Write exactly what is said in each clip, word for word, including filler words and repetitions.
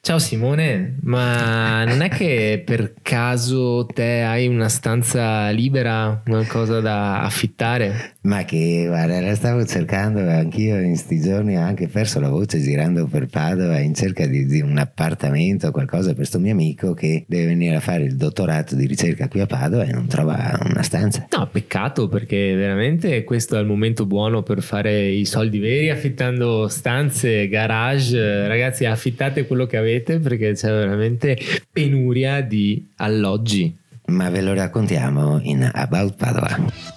Ciao Simone, ma non è che per caso te hai una stanza libera, qualcosa da affittare? Ma che guarda, la stavo cercando anch'io in sti giorni, ho anche perso la voce girando per Padova in cerca di, di un appartamento o qualcosa per sto mio amico che deve venire a fare il dottorato di ricerca qui a Padova e non trova una stanza. No, peccato, perché veramente questo è il momento buono per fare i soldi veri affittando stanze, garage. Ragazzi, affittate quello che avete perché c'è veramente penuria di alloggi. Ma ve lo raccontiamo in About Padova.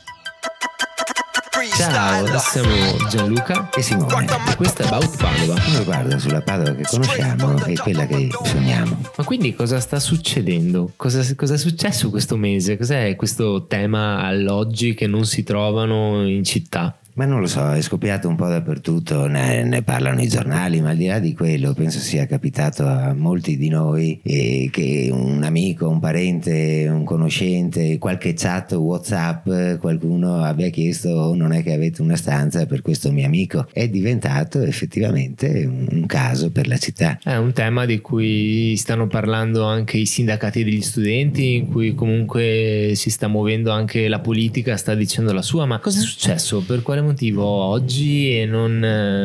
Ciao, siamo Gianluca e Simone e questo è About Padova. Uno guarda sulla Padova che conosciamo e quella che sogniamo. Ma quindi cosa sta succedendo? Cosa, cosa è successo questo mese? Cos'è questo tema alloggi che non si trovano in città? Ma non lo so, è scoppiato un po' dappertutto, ne, ne parlano i giornali, ma al di là di quello penso sia capitato a molti di noi eh, che un amico, un parente, un conoscente, qualche chat WhatsApp, qualcuno abbia chiesto oh, non è che avete una stanza per questo mio amico. È diventato effettivamente un, un caso per la città. È un tema di cui stanno parlando anche i sindacati degli studenti, in cui comunque si sta muovendo anche la politica, sta dicendo la sua. Ma cosa è successo? Per quale motivo oggi e non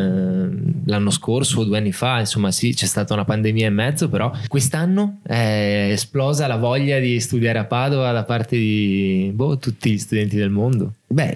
eh, l'anno scorso o due anni fa? Insomma sì, c'è stata una pandemia in mezzo, però quest'anno è esplosa la voglia di studiare a Padova da parte di boh, tutti gli studenti del mondo. Beh,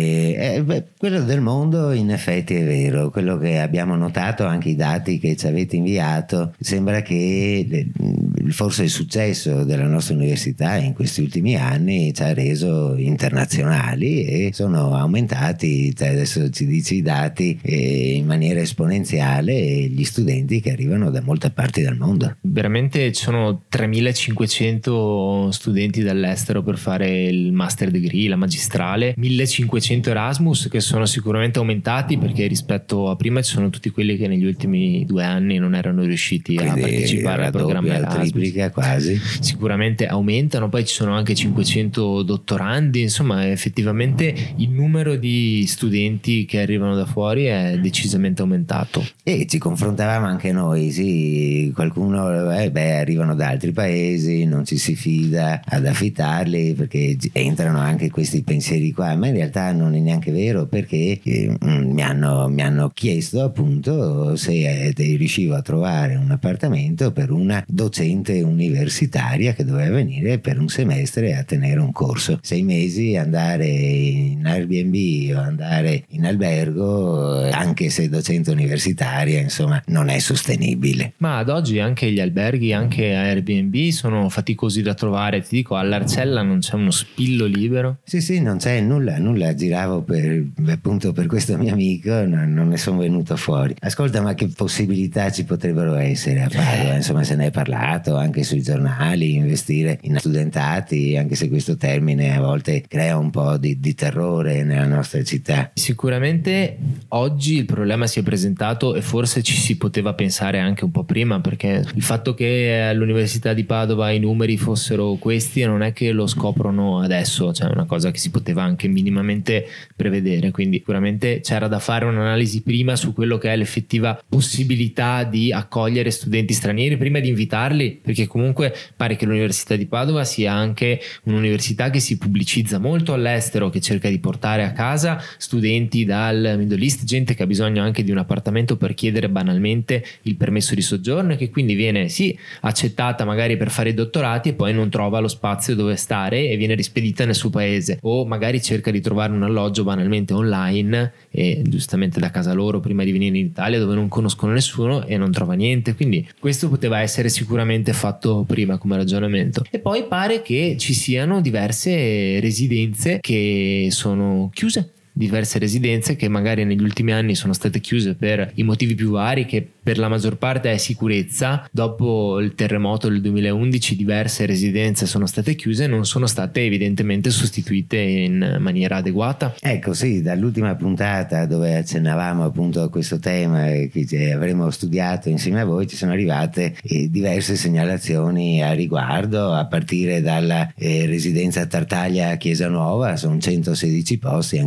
eh, beh, quello del mondo in effetti è vero, quello che abbiamo notato, anche i dati che ci avete inviato, sembra che le, forse il successo della nostra università in questi ultimi anni ci ha reso internazionali e sono aumentati, adesso ci dici i dati, eh, in maniera esponenziale gli studenti che arrivano da molte parti del mondo. Veramente ci sono tremilacinquecento studenti dall'estero per fare il master degree, la magistrale, millecinquecento Erasmus che sono sicuramente aumentati perché rispetto a prima ci sono tutti quelli che negli ultimi due anni non erano riusciti Quindi a partecipare al programma Erasmus. Triplica quasi. Sicuramente aumentano, poi ci sono anche cinquecento dottorandi, insomma effettivamente il numero di studenti che arrivano da fuori è decisamente aumentato. E ci confrontavamo anche noi, sì, qualcuno eh, beh, arrivano da altri paesi, non ci si fida ad affittarli perché entrano anche questi pensieri qua, ma in realtà non è neanche vero perché eh, mi, hanno, mi hanno chiesto appunto se eh, riuscivo a trovare un appartamento per una docente universitaria che doveva venire per un semestre a tenere un corso, sei mesi, andare in Airbnb o andare in albergo, anche se docente universitaria, insomma non è sostenibile. Ma ad oggi anche gli alberghi, anche Airbnb sono faticosi da trovare, ti dico all'Arcella non c'è uno spillo libero. Sì sì, non c'è nulla, nulla, giravo per, appunto per questo mio amico, non, non ne sono venuto fuori. Ascolta, ma che possibilità ci potrebbero essere a Padova? Insomma se ne è parlato anche sui giornali, investire in studentati, anche se questo termine a volte crea un po' di, di terrore nella nostra città. Sicuramente oggi il problema si è presentato e forse ci si poteva pensare anche un po' prima, perché il fatto che all'Università di Padova i numeri fossero questi non è che lo scoprono adesso, cioè è una cosa che si poteva anche minimamente prevedere, quindi sicuramente c'era da fare un'analisi prima su quello che è l'effettiva possibilità di accogliere studenti stranieri prima di invitarli, perché comunque pare che l'Università di Padova sia anche un'università che si pubblicizza molto all'estero, che cerca di portare a casa studenti dal Middle East, gente che ha bisogno anche di un appartamento per chiedere banalmente il permesso di soggiorno e che quindi viene sì accettata magari per fare i dottorati e poi non trova lo spazio dove stare e viene rispedita nel suo paese, o magari cerca di trovare un alloggio banalmente online e giustamente da casa loro prima di venire in Italia dove non conoscono nessuno e non trova niente, quindi questo poteva essere sicuramente fatto prima come ragionamento. E poi pare che ci siano diverse residenze che sono chiuse, diverse residenze che magari negli ultimi anni sono state chiuse per i motivi più vari, che per la maggior parte è sicurezza. Dopo il terremoto del duemilaundici diverse residenze sono state chiuse e non sono state evidentemente sostituite in maniera adeguata. Ecco sì, dall'ultima puntata dove accennavamo appunto a questo tema che avremmo studiato insieme a voi ci sono arrivate eh, diverse segnalazioni a riguardo, a partire dalla eh, residenza Tartaglia a Chiesa Nuova, sono centosedici posti, anche questi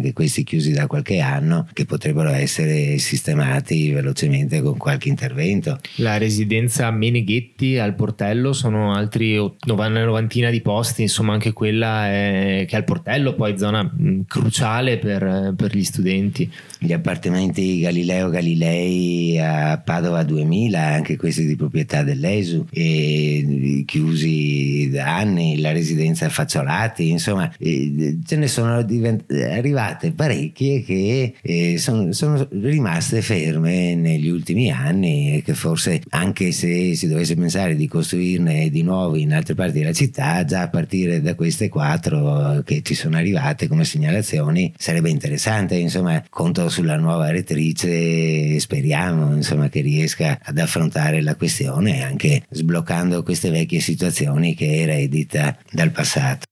stati chiusi da qualche anno, che potrebbero essere sistemati velocemente con qualche intervento. La residenza Meneghetti al Portello sono altri una novantina di posti, insomma anche quella è, che è al Portello, poi zona mh, cruciale per, per gli studenti. Gli appartamenti Galileo Galilei a Padova duemila, anche questi di proprietà dell'E S U, e chiusi da anni, la residenza Facciolati, insomma eh, ce ne sono divent- arrivate parecchie che eh, son, sono rimaste ferme negli ultimi anni, e che forse, anche se si dovesse pensare di costruirne di nuovi in altre parti della città, già a partire da queste quattro che ci sono arrivate come segnalazioni sarebbe interessante. Insomma, conto sulla nuova rettrice, speriamo insomma che riesca ad affrontare la questione, anche sbloccando queste vecchie situazioni che eredita dal passato.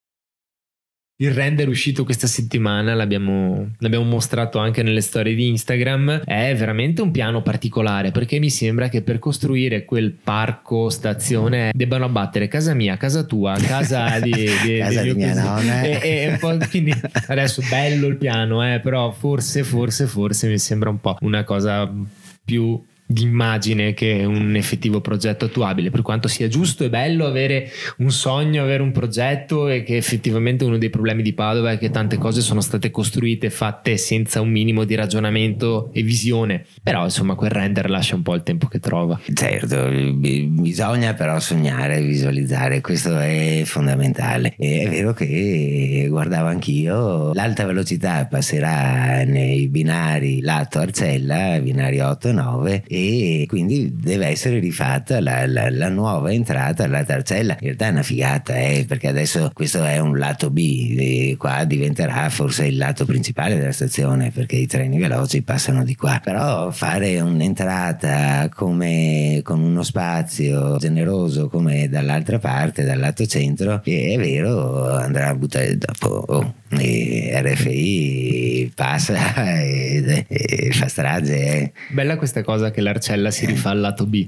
Il render uscito questa settimana, l'abbiamo, l'abbiamo mostrato anche nelle storie di Instagram, è veramente un piano particolare, perché mi sembra che per costruire quel parco stazione debbano abbattere casa mia, casa tua, casa di, di, casa di mia nonna, e, e un po', quindi adesso bello il piano, eh, però forse forse forse mi sembra un po' una cosa più d'immagine che un effettivo progetto attuabile, per quanto sia giusto e bello avere un sogno, avere un progetto, e che effettivamente uno dei problemi di Padova è che tante cose sono state costruite, fatte senza un minimo di ragionamento e visione, però insomma quel render lascia un po' il tempo che trova. Certo, bisogna però sognare, visualizzare, questo è fondamentale. E è vero che guardavo anch'io, l'alta velocità passerà nei binari lato Arcella, binari otto e nove, e quindi deve essere rifatta la, la, la nuova entrata alla Tarcella. In realtà è una figata, eh, perché adesso questo è un lato B, e qua diventerà forse il lato principale della stazione, perché i treni veloci passano di qua. Però fare un'entrata come con uno spazio generoso come dall'altra parte, dal lato centro, è vero, andrà a buttare dopo oh, e R F I passa e, e fa strage, eh. Bella questa cosa che l'Arcella si rifà al lato B.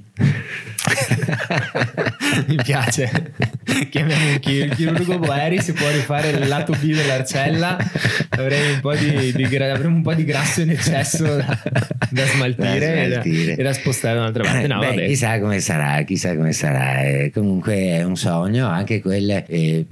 Mi piace. Chiamiamo un chir- il chirurgo Boeri, si può rifare il lato B dell'Arcella. Avrei un po' di, di gra- avremo un po' di grasso in eccesso da, da smaltire, da smaltire. E, da, e da spostare da un'altra parte. No, Beh, vabbè. Chissà come sarà, chissà come sarà. Eh, comunque è un sogno, anche quel eh,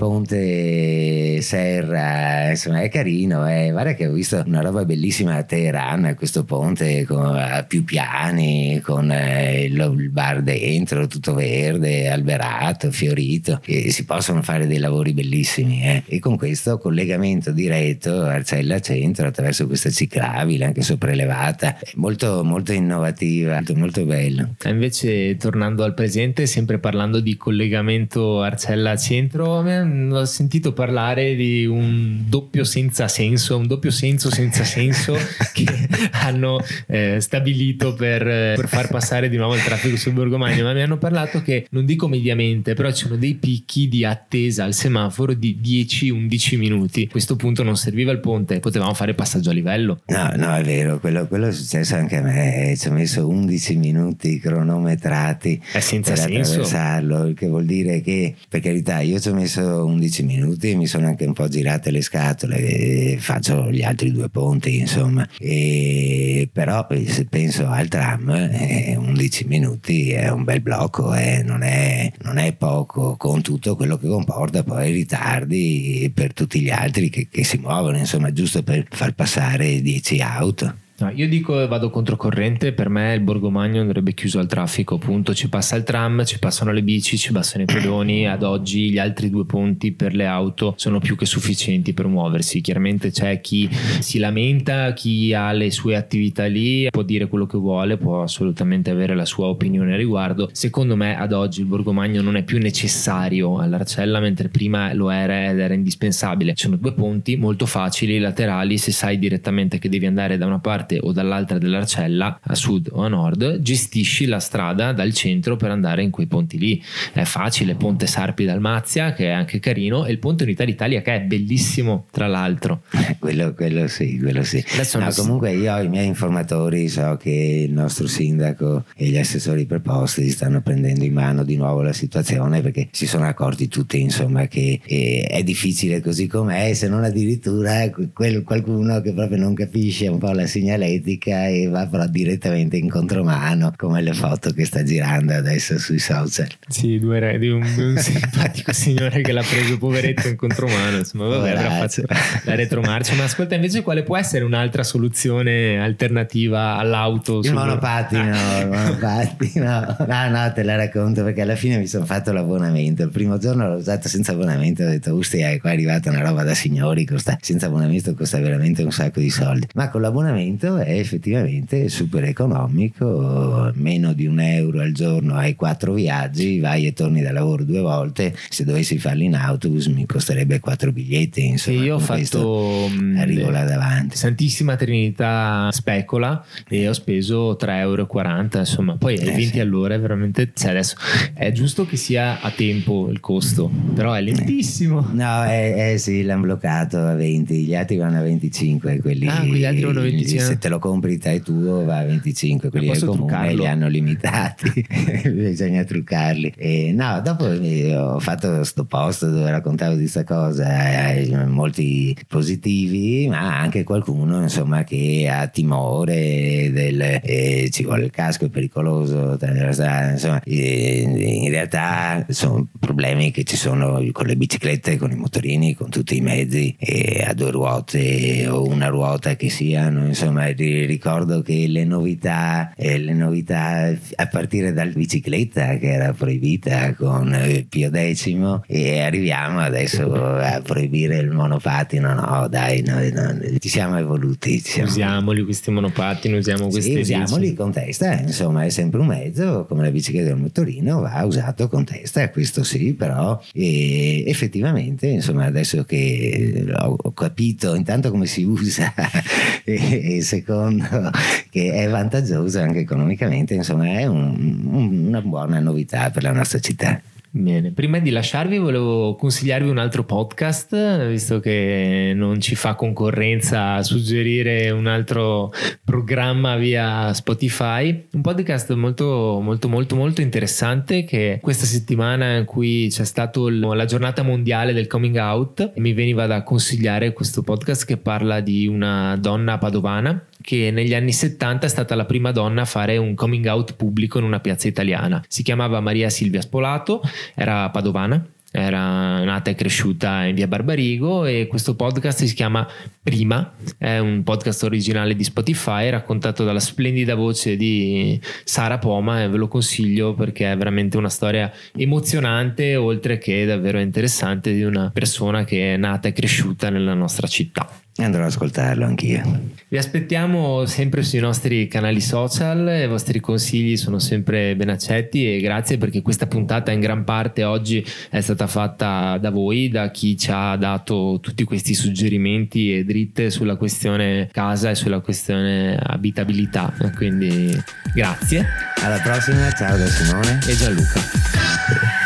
Ponte Serra, insomma è carino. Eh. Guarda che ho visto una roba bellissima a Teheran, questo ponte con a più piani, con eh, il, il bar dentro, tutto verde, alberato, fiorito. E si possono fare dei lavori bellissimi, eh. E con questo collegamento diretto Arcella Centro attraverso questa ciclabile anche sopraelevata, molto molto innovativa, molto, molto bello. Invece, tornando al presente, sempre parlando di collegamento Arcella Centro, ho sentito parlare di un doppio senza senso, un doppio senso senza senso che hanno eh, stabilito per, per far passare di nuovo il traffico sul Borgomagno, ma mi hanno parlato che, non dico mediamente, però ci sono dei picchi di attesa al semaforo di dieci undici minuti. A questo punto non serviva il ponte, potevamo fare passaggio a livello. No, no, è vero, quello, quello è successo anche a me, ci ho messo undici minuti cronometrati è senza per senso attraversarlo, il che vuol dire che, per carità, io ci ho messo undici minuti e mi sono anche un po' girate le scatole, e faccio gli altri due ponti, insomma, e però se penso al tram, eh, undici minuti è un bel blocco, eh, non, è, non è poco, con tutto quello che comporta poi ritardi per tutti gli altri che, che si muovono, insomma, giusto per far passare dieci auto. No, io dico vado controcorrente, per me il Borgomagno andrebbe chiuso al traffico, appunto. Ci passa il tram, ci passano le bici, ci passano i pedoni. Ad oggi gli altri due ponti per le auto sono più che sufficienti per muoversi. Chiaramente c'è chi si lamenta, chi ha le sue attività lì, può dire quello che vuole, può assolutamente avere la sua opinione a riguardo. Secondo me ad oggi il Borgomagno non è più necessario all'Arcella, mentre prima lo era ed era indispensabile. Ci sono due ponti molto facili, laterali, se sai direttamente che devi andare da una parte parte o dall'altra dell'Arcella, a sud o a nord, gestisci la strada dal centro per andare in quei ponti lì. È facile, Ponte Sarpi Dalmazia, che è anche carino, e il Ponte Unità d'Italia, che è bellissimo tra l'altro. quello, quello sì, quello sì. No, comunque io ho i miei informatori, so che il nostro sindaco e gli assessori preposti stanno prendendo in mano di nuovo la situazione, perché si sono accorti tutti, insomma, che eh, è difficile così com'è, se non addirittura quel, qualcuno che proprio non capisce un po' la segnaletica e va però direttamente in contromano, come le foto che sta girando adesso sui social. Sì, due re, di un, di un simpatico signore che l'ha preso poveretto in contromano, insomma, vabbè, avrà fatto la retromarcia. Ma ascolta, invece, quale può essere un'altra soluzione alternativa all'auto? Il monopattino, il monopattino. No, no, te la racconto, perché alla fine mi sono fatto l'abbonamento. Il primo giorno l'ho usato senza abbonamento, ho detto ustia, qua è arrivata una roba da signori, costa, senza abbonamento costa veramente un sacco di soldi. Ma con l'abbonamento è effettivamente super economico, meno di un euro al giorno, hai quattro viaggi, vai e torni da lavoro due volte. Se dovessi farli in autobus mi costerebbe quattro biglietti, insomma. E io ho fatto arrivo là davanti, Santissima Trinità Specola, e ho speso tre euro e quaranta, insomma, poi ai eh, venti sì. all'ora è veramente, cioè adesso è giusto che sia a tempo il costo, però è lentissimo. No, eh, eh sì, l'hanno bloccato a venti, gli altri vanno a venticinque, quelli, ah, gli altri vanno a venticinque. Se te lo compri te tuo va a venticinque, quelli del comune li hanno limitati. Bisogna truccarli. E no, dopo ho fatto sto post dove raccontavo di sta cosa, eh, molti positivi, ma anche qualcuno, insomma, che ha timore del eh, ci vuole il casco, è pericoloso, insomma, eh, in realtà sono problemi che ci sono con le biciclette, con i motorini, con tutti i mezzi eh, a due ruote o una ruota che siano, insomma. Ricordo che le novità eh, le novità a partire dalla bicicletta, che era proibita con Pio X, e arriviamo adesso a proibire il monopattino. No, dai, noi, noi ci siamo evoluti, ci siamo... usiamoli questi monopattini, usiamo questi, sì, usiamoli con testa, insomma, è sempre un mezzo, come la bicicletta e il motorino, va usato con testa, questo sì, però e effettivamente, insomma, adesso che ho capito intanto come si usa e, e secondo che è vantaggioso anche economicamente, insomma, è un, un, una buona novità per la nostra città. Bene, prima di lasciarvi volevo consigliarvi un altro podcast, visto che non ci fa concorrenza a suggerire un altro programma via Spotify. Un podcast molto molto molto molto interessante, che questa settimana in cui c'è stato la giornata mondiale del coming out, mi veniva da consigliare questo podcast che parla di una donna padovana che negli anni settanta è stata la prima donna a fare un coming out pubblico in una piazza italiana. Si chiamava Maria Silvia Spolato, era padovana, era nata e cresciuta in via Barbarigo, e questo podcast si chiama Prima, è un podcast originale di Spotify raccontato dalla splendida voce di Sara Poma, e ve lo consiglio perché è veramente una storia emozionante, oltre che davvero interessante, di una persona che è nata e cresciuta nella nostra città. Andrò ad ascoltarlo anch'io. Vi aspettiamo sempre sui nostri canali social, i vostri consigli sono sempre ben accetti, e grazie, perché questa puntata in gran parte oggi è stata fatta da voi, da chi ci ha dato tutti questi suggerimenti e dritte sulla questione casa e sulla questione abitabilità, quindi grazie. Alla prossima, ciao da Simone e Gianluca.